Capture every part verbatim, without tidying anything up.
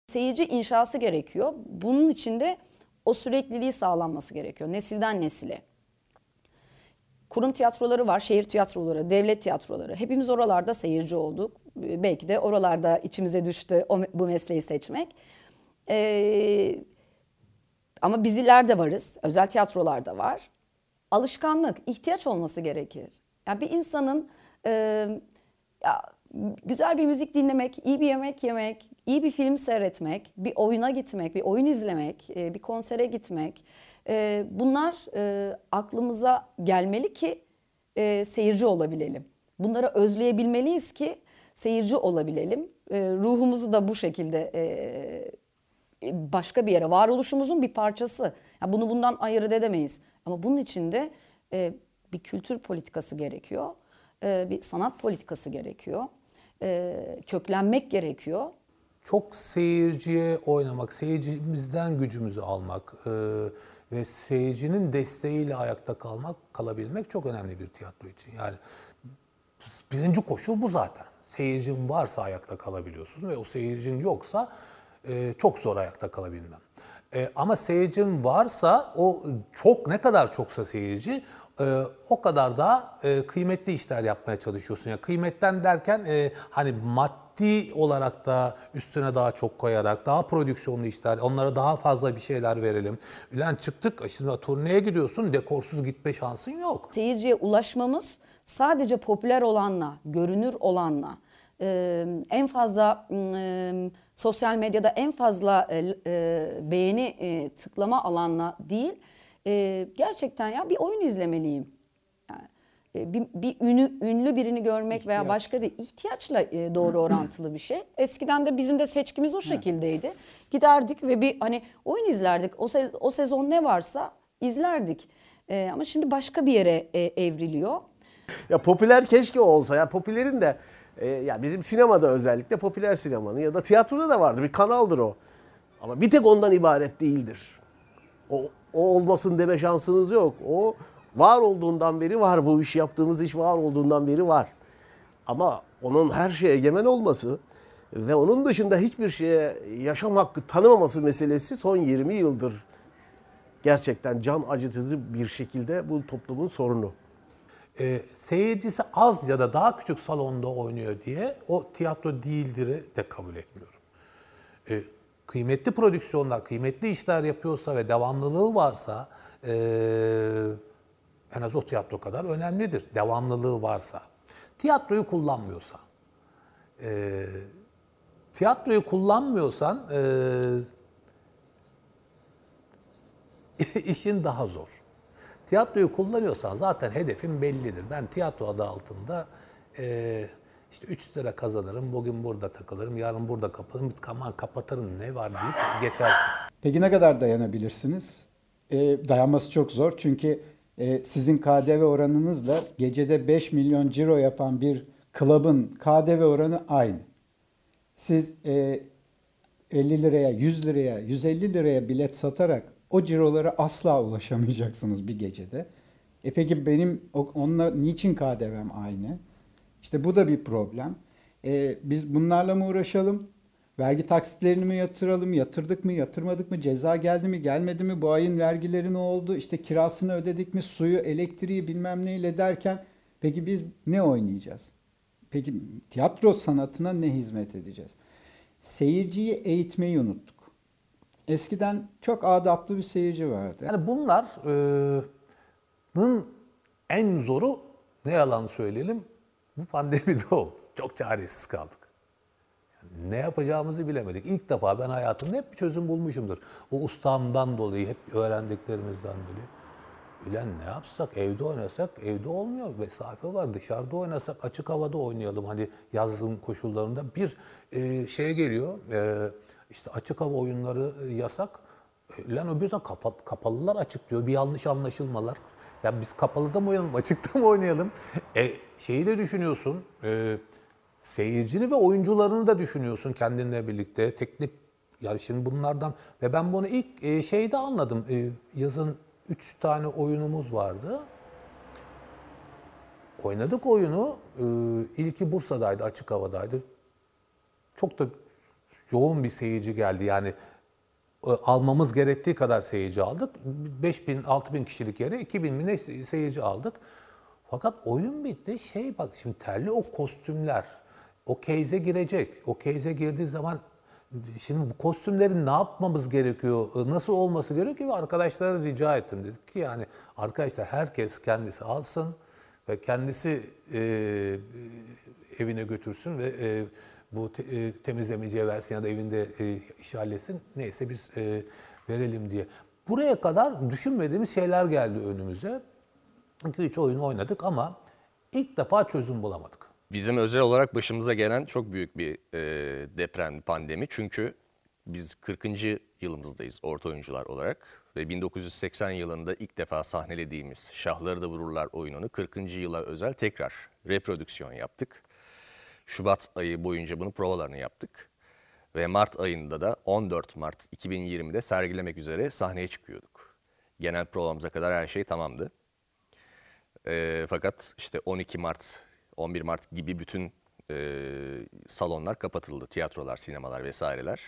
Seyirci inşası gerekiyor. Bunun için de o sürekliliği sağlanması gerekiyor nesilden nesile. Kurum tiyatroları var, şehir tiyatroları, devlet tiyatroları. Hepimiz oralarda seyirci olduk. Belki de oralarda içimize düştü o, bu mesleği seçmek. Ee, ama bizler de varız, özel tiyatrolarda var. Alışkanlık, ihtiyaç olması gerekir. Yani bir insanın e, ya, güzel bir müzik dinlemek, iyi bir yemek yemek, iyi bir film seyretmek, bir oyuna gitmek, bir oyun izlemek, e, bir konsere gitmek... E, bunlar e, aklımıza gelmeli ki e, seyirci olabilelim. Bunları özleyebilmeliyiz ki seyirci olabilelim. E, ruhumuzu da bu şekilde e, başka bir yere, varoluşumuzun bir parçası. Yani bunu bundan ayırt edemeyiz. Ama bunun için de e, bir kültür politikası gerekiyor, e, bir sanat politikası gerekiyor, e, köklenmek gerekiyor. Çok seyirciye oynamak, seyircimizden gücümüzü almak e, ve seyircinin desteğiyle ayakta kalmak, kalabilmek çok önemli bir tiyatro için. Yani birinci koşul bu zaten. Seyircin varsa ayakta kalabiliyorsun ve o seyircin yoksa e, çok zor ayakta kalabilmem. E, ama seyircin varsa, o çok ne kadar çoksa seyirci, e, o kadar da e, kıymetli işler yapmaya çalışıyorsun. Yani kıymetten derken e, hani maddi olarak da üstüne daha çok koyarak, daha prodüksiyonlu işler, onlara daha fazla bir şeyler verelim. Ulan çıktık, şimdi turneye gidiyorsun, dekorsuz gitme şansın yok. Seyirciye ulaşmamız sadece popüler olanla, görünür olanla, e, en fazla e, sosyal medyada en fazla e, e, beğeni e, tıklama alanla değil, e, gerçekten ya bir oyun izlemeliyim. Yani, e, bir, bir ünlü, ünlü birini görmek İhtiyaç. veya başka değil, ihtiyaçla e, doğru orantılı bir şey. Eskiden de bizim de seçkimiz o şekildeydi. Giderdik ve bir hani oyun izlerdik. O, se o sezon ne varsa izlerdik. E, ama şimdi başka bir yere e, evriliyor. Ya popüler keşke olsa. Ya popülerin de e, ya bizim sinemada özellikle popüler sinemanın ya da tiyatroda da vardır. Bir kanaldır o. Ama bir tek ondan ibaret değildir. O, o olmasın deme şansınız yok. O var olduğundan beri var. Bu iş yaptığımız iş var olduğundan beri var. Ama onun her şeye egemen olması ve onun dışında hiçbir şeye yaşam hakkı tanımaması meselesi son yirmi yıldır gerçekten can acıtıcı bir şekilde bu toplumun sorunu. E, seyircisi az ya da daha küçük salonda oynuyor diye o tiyatro değildir'i de kabul etmiyorum. E, kıymetli prodüksiyonlar, kıymetli işler yapıyorsa ve devamlılığı varsa e, en az o tiyatro kadar önemlidir. Devamlılığı varsa. Tiyatroyu kullanmıyorsa, e, tiyatroyu kullanmıyorsan e, işin daha zor. Tiyatroyu kullanıyorsan zaten hedefin bellidir. Ben tiyatro adı altında e, işte üç lira kazanırım, bugün burada takılırım, yarın burada kapatırım, aman kapatırım ne var deyip geçersin. Peki ne kadar dayanabilirsiniz? E, dayanması çok zor çünkü e, sizin K D V oranınızla gecede beş milyon ciro yapan bir klubun K D V oranı aynı. Siz e, elli liraya, yüz liraya, yüz elli liraya bilet satarak o cirolara asla ulaşamayacaksınız bir gecede. E peki benim onunla niçin K D V'm aynı? İşte bu da bir problem. E, biz bunlarla mı uğraşalım? Vergi taksitlerini mi yatıralım? Yatırdık mı, yatırmadık mı? Ceza geldi mi, gelmedi mi? Bu ayın vergileri ne oldu? İşte kirasını ödedik mi? Suyu, elektriği bilmem neyle derken peki biz ne oynayacağız? Peki tiyatro sanatına ne hizmet edeceğiz? Seyirciyi eğitmeyi unuttuk. Eskiden çok adaplı bir seyirci vardı. Yani bunların en zoru, ne yalan söyleyelim, bu pandemide oldu. Çok çaresiz kaldık. Yani ne yapacağımızı bilemedik. İlk defa ben hayatımda hep bir çözüm bulmuşumdur. O ustamdan dolayı, hep öğrendiklerimizden dolayı. Ulan ne yapsak, evde oynasak, evde olmuyor. Mesafe var, dışarıda oynasak, açık havada oynayalım. Hani yazın koşullarında bir e, şeye geliyor, e, işte açık hava oyunları yasak. E, lan öbür de kapa, kapalılar açık diyor, bir yanlış anlaşılmalar. Ya biz kapalıda mı oynayalım, açıkta mı oynayalım? E, şeyi de düşünüyorsun, e, seyircini ve oyuncularını da düşünüyorsun kendinle birlikte. Teknik, yani şimdi bunlardan ve ben bunu ilk e, şeyde anladım, e, yazın üç tane oyunumuz vardı. Oynadık oyunu. Ee, ilki Bursa'daydı, açık havadaydı. Çok da yoğun bir seyirci geldi. Yani e, almamız gerektiği kadar seyirci aldık. beş bin altı bin kişilik yere iki bin bine seyirci aldık. Fakat oyun bitti. Şey bak şimdi terli o kostümler o case'e girecek. O case'e girdiği zaman şimdi bu kostümlerin ne yapmamız gerekiyor, nasıl olması gerekiyor? Arkadaşlara rica ettim. Dedik ki yani arkadaşlar herkes kendisi alsın ve kendisi e, evine götürsün ve e, bu te, e, temizlemeciye versin ya da evinde e, iş halletsin. Neyse biz e, verelim diye. Buraya kadar düşünmediğimiz şeyler geldi önümüze. iki üç oyun oynadık ama ilk defa çözüm bulamadık. Bizim özel olarak başımıza gelen çok büyük bir e, deprem, pandemi. Çünkü biz kırkıncı yılımızdayız orta oyuncular olarak. Ve bin dokuz yüz seksen yılında ilk defa sahnelediğimiz Şahları da Vururlar oyununu kırkıncı yıla özel tekrar reprodüksiyon yaptık. Şubat ayı boyunca bunun provalarını yaptık. Ve Mart ayında da on dört Mart iki bin yirmide sergilemek üzere sahneye çıkıyorduk. Genel provamıza kadar her şey tamamdı. E, fakat işte on iki Mart, on bir Mart gibi bütün e, salonlar kapatıldı. Tiyatrolar, sinemalar vesaireler.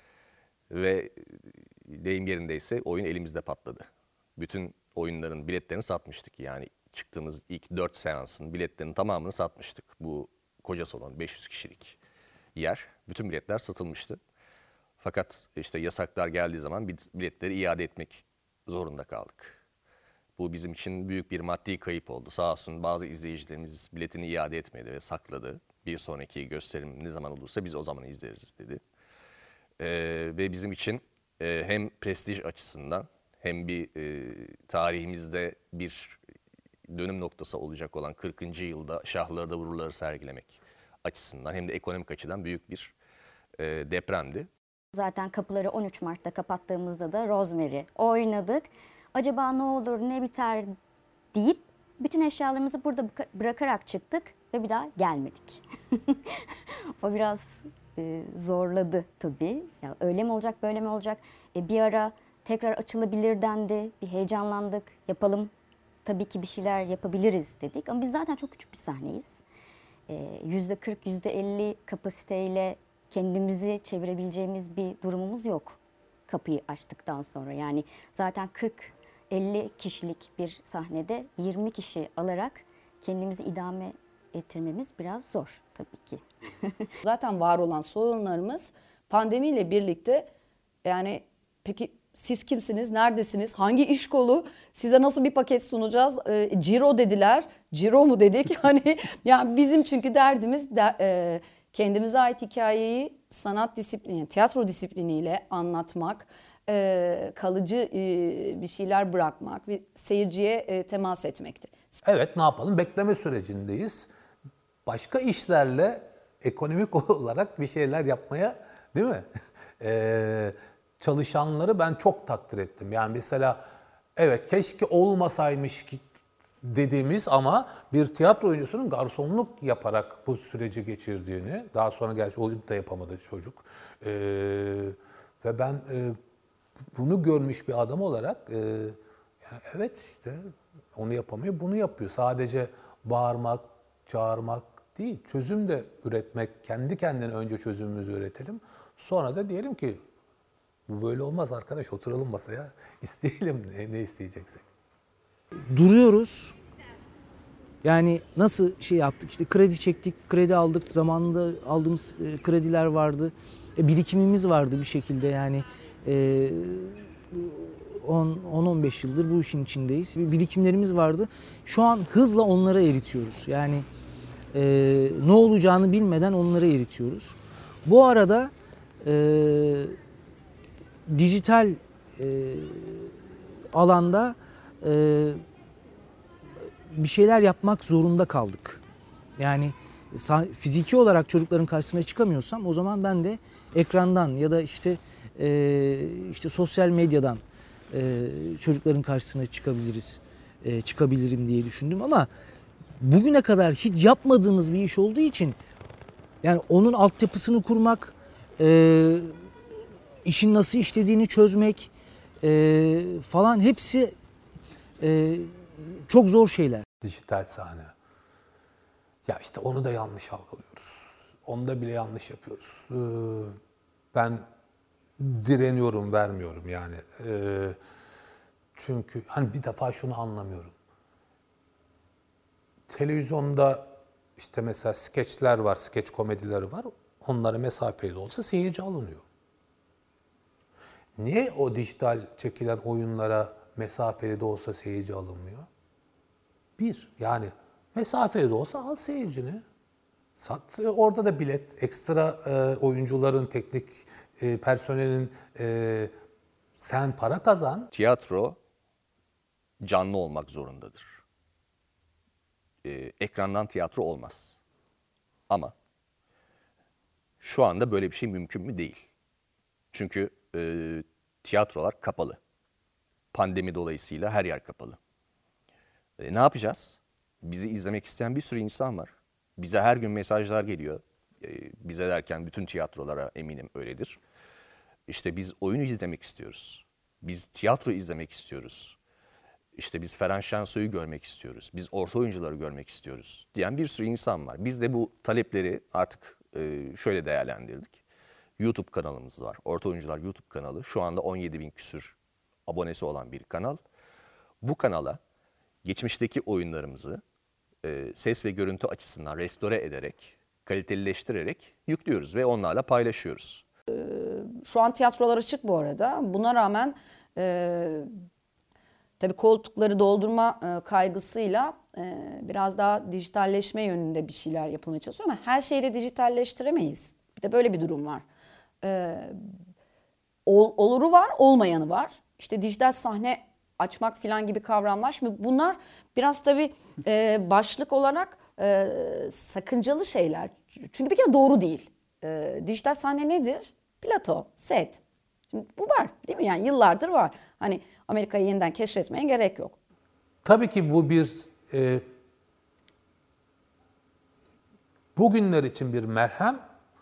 Ve deyim yerindeyse oyun elimizde patladı. Bütün oyunların biletlerini satmıştık. Yani çıktığımız ilk dört seansın biletlerinin tamamını satmıştık. Bu koca salon, beş yüz kişilik yer. Bütün biletler satılmıştı. Fakat işte yasaklar geldiği zaman biletleri iade etmek zorunda kaldık. Bu bizim için büyük bir maddi kayıp oldu. Sağ olsun bazı izleyicilerimiz biletini iade etmedi ve sakladı. Bir sonraki gösterim ne zaman olursa biz o zaman izleriz dedi. Ee, ve bizim için e, hem prestij açısından hem bir e, tarihimizde bir dönüm noktası olacak olan kırkıncı yılda Şahları da Vururlar'ı sergilemek açısından hem de ekonomik açıdan büyük bir e, depremdi. Zaten kapıları on üç Mart'ta kapattığımızda da Rosemary oynadık. Acaba ne olur ne biter deyip bütün eşyalarımızı burada bırakarak çıktık ve bir daha gelmedik. O biraz e, zorladı tabii. Ya öyle mi olacak böyle mi olacak? E, bir ara tekrar açılabilir dendi. Bir heyecanlandık. Yapalım. Tabii ki bir şeyler yapabiliriz dedik. Ama biz zaten çok küçük bir sahneyiz. yüzde kırk, yüzde elli kapasiteyle kendimizi çevirebileceğimiz bir durumumuz yok. Kapıyı açtıktan sonra. Yani zaten kırk elli kişilik bir sahnede yirmi kişi alarak kendimizi idame ettirmemiz biraz zor tabii ki. Zaten var olan sorunlarımız pandemiyle birlikte yani peki siz kimsiniz, neredesiniz, hangi iş kolu, size nasıl bir paket sunacağız, e, ciro dediler, ciro mu dedik hani yani bizim çünkü derdimiz de, e, kendimize ait hikayeyi sanat disiplini, tiyatro disipliniyle anlatmak, e, kalıcı e, bir şeyler bırakmak ve seyirciye e, temas etmekti. Evet ne yapalım bekleme sürecindeyiz. Başka işlerle ekonomik olarak bir şeyler yapmaya değil mi? Eee çalışanları ben çok takdir ettim. Yani mesela evet keşke olmasaymış dediğimiz ama bir tiyatro oyuncusunun garsonluk yaparak bu süreci geçirdiğini, daha sonra gerçi oyun da yapamadı çocuk. Ee, ve ben e, bunu görmüş bir adam olarak e, yani evet işte onu yapamıyor, bunu yapıyor. Sadece bağırmak, çağırmak değil, çözüm de üretmek, kendi kendine önce çözümümüzü üretelim. Sonra da diyelim ki bu böyle olmaz arkadaş, oturalım masaya, isteyelim ne, ne isteyeceksek. Duruyoruz. Yani nasıl şey yaptık, işte kredi çektik, kredi aldık, zamanında aldığımız krediler vardı. E, birikimimiz vardı bir şekilde yani. on on beş yıldır bu işin içindeyiz. Birikimlerimiz vardı. Şu an hızla onları eritiyoruz. Yani e, ne olacağını bilmeden onları eritiyoruz. Bu arada e, dijital e, alanda e, bir şeyler yapmak zorunda kaldık. Yani fiziki olarak çocukların karşısına çıkamıyorsam o zaman ben de ekrandan ya da işte e, işte sosyal medyadan e, çocukların karşısına çıkabiliriz, e, çıkabilirim diye düşündüm ama bugüne kadar hiç yapmadığımız bir iş olduğu için yani onun altyapısını kurmak, e, işin nasıl işlediğini çözmek e, falan hepsi e, çok zor şeyler. Dijital sahne. Ya işte onu da yanlış algılıyoruz. Onu da bile yanlış yapıyoruz. Ee, ben direniyorum, vermiyorum yani. Ee, çünkü hani bir defa şunu anlamıyorum. Televizyonda işte mesela skeçler var, skeç komedileri var. Onlara mesafeli olsa seyirci alınıyor. Niye o dijital çekilen oyunlara mesafeli de olsa seyirci alınmıyor? Bir, yani mesafeli de olsa al seyircini. Sat, orada da bilet, ekstra e, oyuncuların, teknik e, personelin e, sen para kazan. Tiyatro canlı olmak zorundadır. Ee, ekrandan tiyatro olmaz. Ama şu anda böyle bir şey mümkün mü? Değil. Çünkü e, tiyatrolar kapalı. Pandemi dolayısıyla her yer kapalı. E, ne yapacağız? Bizi izlemek isteyen bir sürü insan var. Bize her gün mesajlar geliyor. E, bize derken bütün tiyatrolara eminim öyledir. İşte biz oyun izlemek istiyoruz. Biz tiyatro izlemek istiyoruz. İşte biz Ferhan Şensoy'u görmek istiyoruz. Biz orta oyuncuları görmek istiyoruz diyen bir sürü insan var. Biz de bu talepleri artık e, şöyle değerlendirdik. YouTube kanalımız var. Orta Oyuncular YouTube kanalı. Şu anda on yedi bin küsür abonesi olan bir kanal. Bu kanala geçmişteki oyunlarımızı e, ses ve görüntü açısından restore ederek, kalitelileştirerek yüklüyoruz ve onlarla paylaşıyoruz. Şu an tiyatrolar açık bu arada. Buna rağmen e, tabii koltukları doldurma e, kaygısıyla e, biraz daha dijitalleşme yönünde bir şeyler yapılmaya çalışıyor ama her şeyi de dijitalleştiremeyiz. Bir de böyle bir durum var. E, ol, oluru var, olmayanı var. İşte dijital sahne açmak falan gibi kavramlar. Şimdi bunlar biraz tabii e, başlık olarak e, sakıncalı şeyler. Çünkü bir kere doğru değil. E, dijital sahne nedir? Plato, set. Şimdi bu var değil mi? Yani yıllardır var. Hani Amerika'yı yeniden keşfetmeye gerek yok. Tabii ki bu bir e, bugünler için bir merhem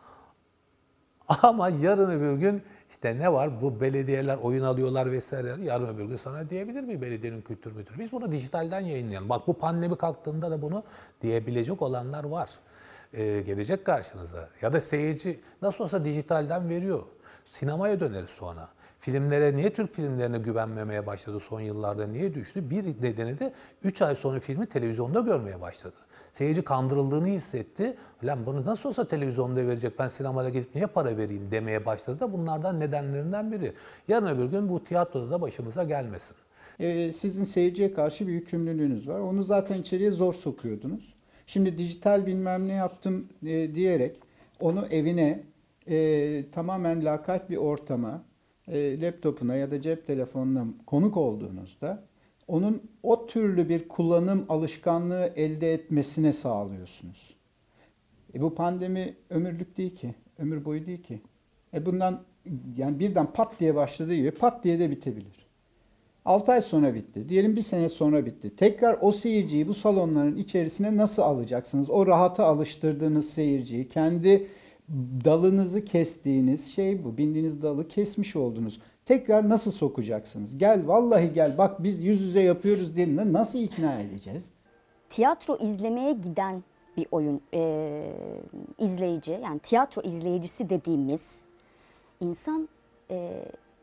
ama yarın öbür gün işte ne var? Bu belediyeler oyun alıyorlar vesaire. Yarın öbür gün sana diyebilir mi belediyenin kültür müdürü? Biz bunu dijitalden yayınlayalım. Bak bu pandemi kalktığında da bunu diyebilecek olanlar var. Ee, gelecek karşınıza. Ya da seyirci nasıl olsa dijitalden veriyor. Sinemaya döneriz sonra. Filmlere, niye Türk filmlerine güvenmemeye başladı son yıllarda, niye düştü? Bir nedeni de üç ay sonra filmi televizyonda görmeye başladı. Seyirci kandırıldığını hissetti. Lan bunu nasıl olsa televizyonda verecek, ben sinemada gidip niye para vereyim demeye başladı da bunlardan nedenlerinden biri. Yarın öbür gün bu tiyatroda da başımıza gelmesin. Ee, sizin seyirciye karşı bir yükümlülüğünüz var. Onu zaten içeriye zor sokuyordunuz. Şimdi dijital bilmem ne yaptım e, diyerek onu evine e, tamamen lakayt bir ortama, e, laptopuna ya da cep telefonuna konuk olduğunuzda onun o türlü bir kullanım alışkanlığı elde etmesine sağlıyorsunuz. E, bu pandemi ömürlük değil ki, ömür boyu değil ki. E, bundan yani birden pat diye başladığı gibi pat diye de bitebilir. altı ay sonra bitti. Diyelim bir sene sonra bitti. Tekrar o seyirciyi bu salonların içerisine nasıl alacaksınız? O rahata alıştırdığınız seyirciyi, kendi dalınızı kestiğiniz şey bu. Bindiğiniz dalı kesmiş oldunuz. Tekrar nasıl sokacaksınız? Gel vallahi gel bak biz yüz yüze yapıyoruz diye nasıl ikna edeceğiz? Tiyatro izlemeye giden bir oyun e, izleyici, yani tiyatro izleyicisi dediğimiz insan e,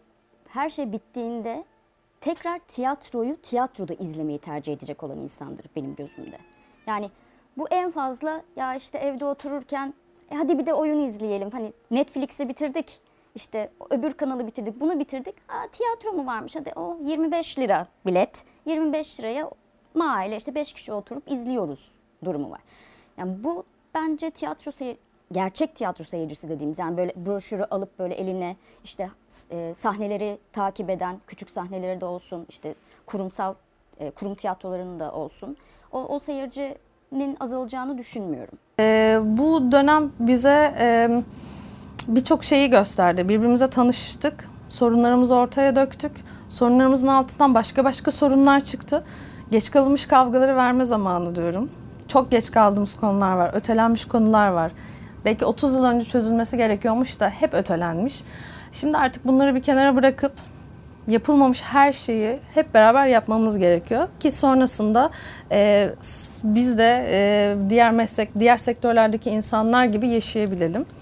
her şey bittiğinde tekrar tiyatroyu tiyatroda izlemeyi tercih edecek olan insandır benim gözümde. Yani bu en fazla ya işte evde otururken e hadi bir de oyun izleyelim. Hani Netflix'i bitirdik, işte öbür kanalı bitirdik, bunu bitirdik. Aa, tiyatro mu varmış? Hadi o yirmi beş lira bilet. yirmi beş liraya mahalle işte beş kişi oturup izliyoruz durumu var. Yani bu bence tiyatro seyir, gerçek tiyatro seyircisi dediğimiz, yani böyle broşürü alıp böyle eline işte e, sahneleri takip eden, küçük sahneleri de olsun, işte kurumsal e, kurum tiyatrolarının da olsun. O, o seyircinin azalacağını düşünmüyorum. E, bu dönem bize e, birçok şeyi gösterdi. Birbirimize tanıştık, sorunlarımızı ortaya döktük. Sorunlarımızın altından başka başka sorunlar çıktı. Geç kalınmış kavgaları verme zamanı diyorum. Çok geç kaldığımız konular var, ötelenmiş konular var. Belki otuz yıl önce çözülmesi gerekiyormuş da hep ötelenmiş. Şimdi artık bunları bir kenara bırakıp yapılmamış her şeyi hep beraber yapmamız gerekiyor ki sonrasında e, biz de e, diğer meslek, diğer sektörlerdeki insanlar gibi yaşayabilelim.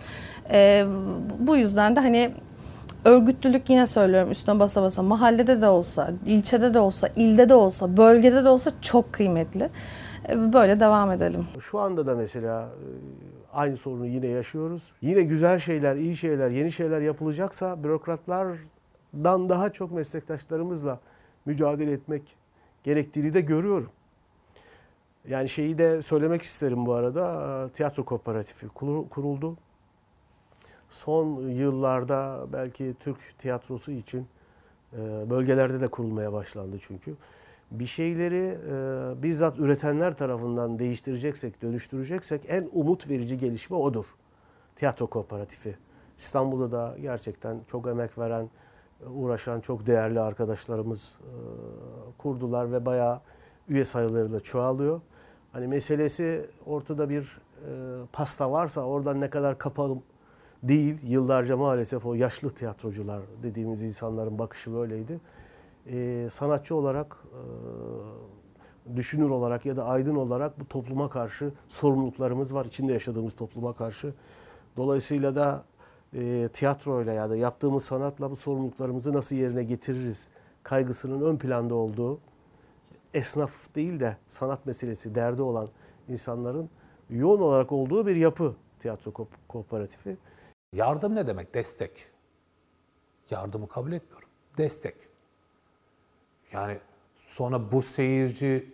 E, bu yüzden de hani örgütlülük, yine söylüyorum üstüne basa basa, mahallede de olsa, ilçede de olsa, ilde de olsa, bölgede de olsa çok kıymetli. E, böyle devam edelim. Şu anda da mesela e, aynı sorunu yine yaşıyoruz. Yine güzel şeyler, iyi şeyler, yeni şeyler yapılacaksa bürokratlardan daha çok meslektaşlarımızla mücadele etmek gerektiğini de görüyorum. Yani şeyi de söylemek isterim bu arada. Tiyatro Kooperatifi kuruldu. Son yıllarda belki Türk tiyatrosu için bölgelerde de kurulmaya başlandı çünkü. Bir şeyleri e, bizzat üretenler tarafından değiştireceksek, dönüştüreceksek en umut verici gelişme odur. Tiyatro Kooperatifi. İstanbul'da da gerçekten çok emek veren, uğraşan çok değerli arkadaşlarımız e, kurdular ve bayağı üye sayıları da çoğalıyor. Hani meselesi ortada bir e, pasta varsa oradan ne kadar kapalım değil. Yıllarca maalesef o yaşlı tiyatrocular dediğimiz insanların bakışı böyleydi. Ee, sanatçı olarak, e, düşünür olarak ya da aydın olarak bu topluma karşı sorumluluklarımız var. İçinde yaşadığımız topluma karşı. Dolayısıyla da e, tiyatroyla ya da yaptığımız sanatla bu sorumluluklarımızı nasıl yerine getiririz kaygısının ön planda olduğu, esnaf değil de sanat meselesi derdi olan insanların yoğun olarak olduğu bir yapı tiyatro ko- kooperatifi. Yardım ne demek? Destek. Yardımı kabul etmiyorum. Destek. Yani sonra bu seyirci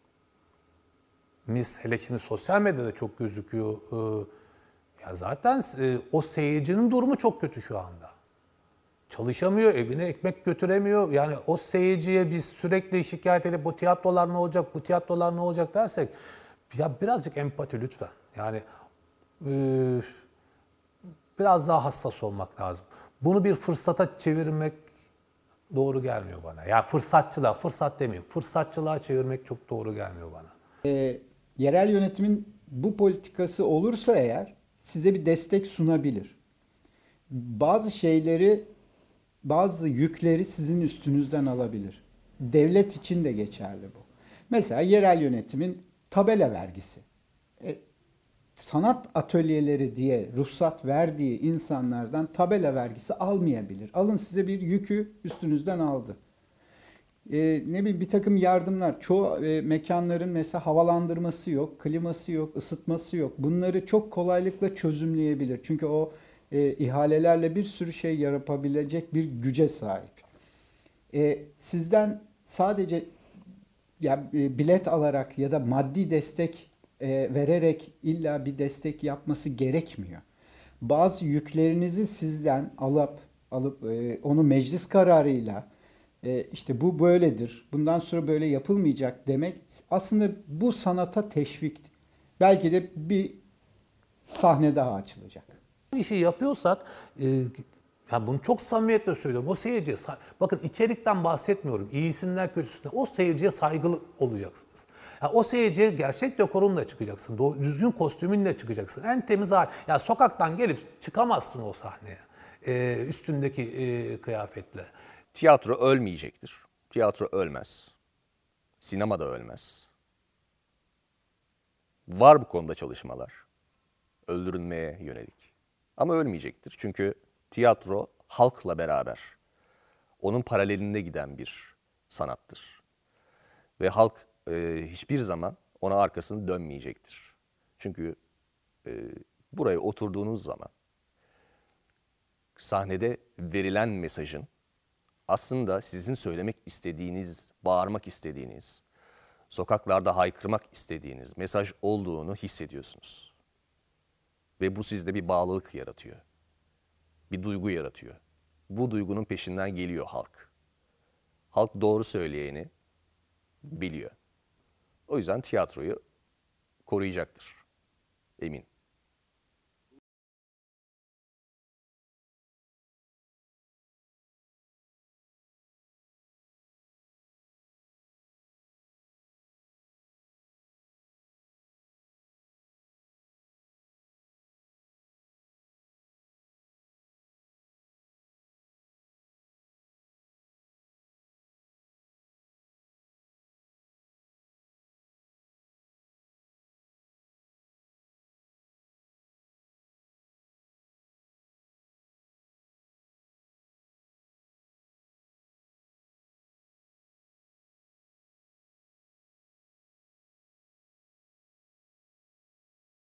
mis hele şimdi sosyal medyada çok gözüküyor. Ee, ya zaten e, o seyircinin durumu çok kötü şu anda. Çalışamıyor, evine ekmek götüremiyor. Yani o seyirciye biz sürekli şikayet edip bu tiyatrolar ne olacak, bu tiyatrolar ne olacak dersek ya birazcık empati lütfen. Yani e, biraz daha hassas olmak lazım. Bunu bir fırsata çevirmek doğru gelmiyor bana. Ya fırsatçılığa, fırsat demeyeyim, fırsatçılığa çevirmek çok doğru gelmiyor bana. E, yerel yönetimin bu politikası olursa eğer size bir destek sunabilir. Bazı şeyleri, bazı yükleri sizin üstünüzden alabilir. Devlet için de geçerli bu. Mesela yerel yönetimin tabela vergisi. E, sanat atölyeleri diye ruhsat verdiği insanlardan tabela vergisi almayabilir. Alın size bir yükü üstünüzden aldı. Ee, ne bileyim bir takım yardımlar, çoğu e, mekanların mesela havalandırması yok, kliması yok, ısıtması yok. Bunları çok kolaylıkla çözümleyebilir. Çünkü o e, ihalelerle bir sürü şey yapabilecek bir güce sahip. E, sizden sadece ya e, bilet alarak ya da maddi destek e, vererek illa bir destek yapması gerekmiyor. Bazı yüklerinizi sizden alıp alıp e, onu meclis kararıyla e, işte bu böyledir, bundan sonra böyle yapılmayacak demek aslında bu sanata teşvik. Belki de bir sahne daha açılacak. Bu işi yapıyorsak, e, yani bunu çok samimiyetle söylüyorum. O seyirciye, bakın içerikten bahsetmiyorum, iyisinden kötüsünden. O seyirciye saygılı olacaksınız. Yani o seyirciye gerçek dekorunla çıkacaksın, doğru, düzgün kostümünle çıkacaksın. En temiz hal. Yani sokaktan gelip çıkamazsın o sahneye, e, üstündeki e, kıyafetle. Tiyatro ölmeyecektir. Tiyatro ölmez. Sinema da ölmez. Var bu konuda çalışmalar. Öldürülmeye yönelik. Ama ölmeyecektir. Çünkü tiyatro halkla beraber, onun paralelinde giden bir sanattır. Ve halk e, hiçbir zaman ona arkasını dönmeyecektir. Çünkü e, buraya oturduğunuz zaman sahnede verilen mesajın aslında sizin söylemek istediğiniz, bağırmak istediğiniz, sokaklarda haykırmak istediğiniz mesaj olduğunu hissediyorsunuz. Ve bu sizde bir bağlılık yaratıyor. Bir duygu yaratıyor. Bu duygunun peşinden geliyor halk. Halk doğru söyleyeni biliyor. O yüzden tiyatroyu koruyacaktır. Emin.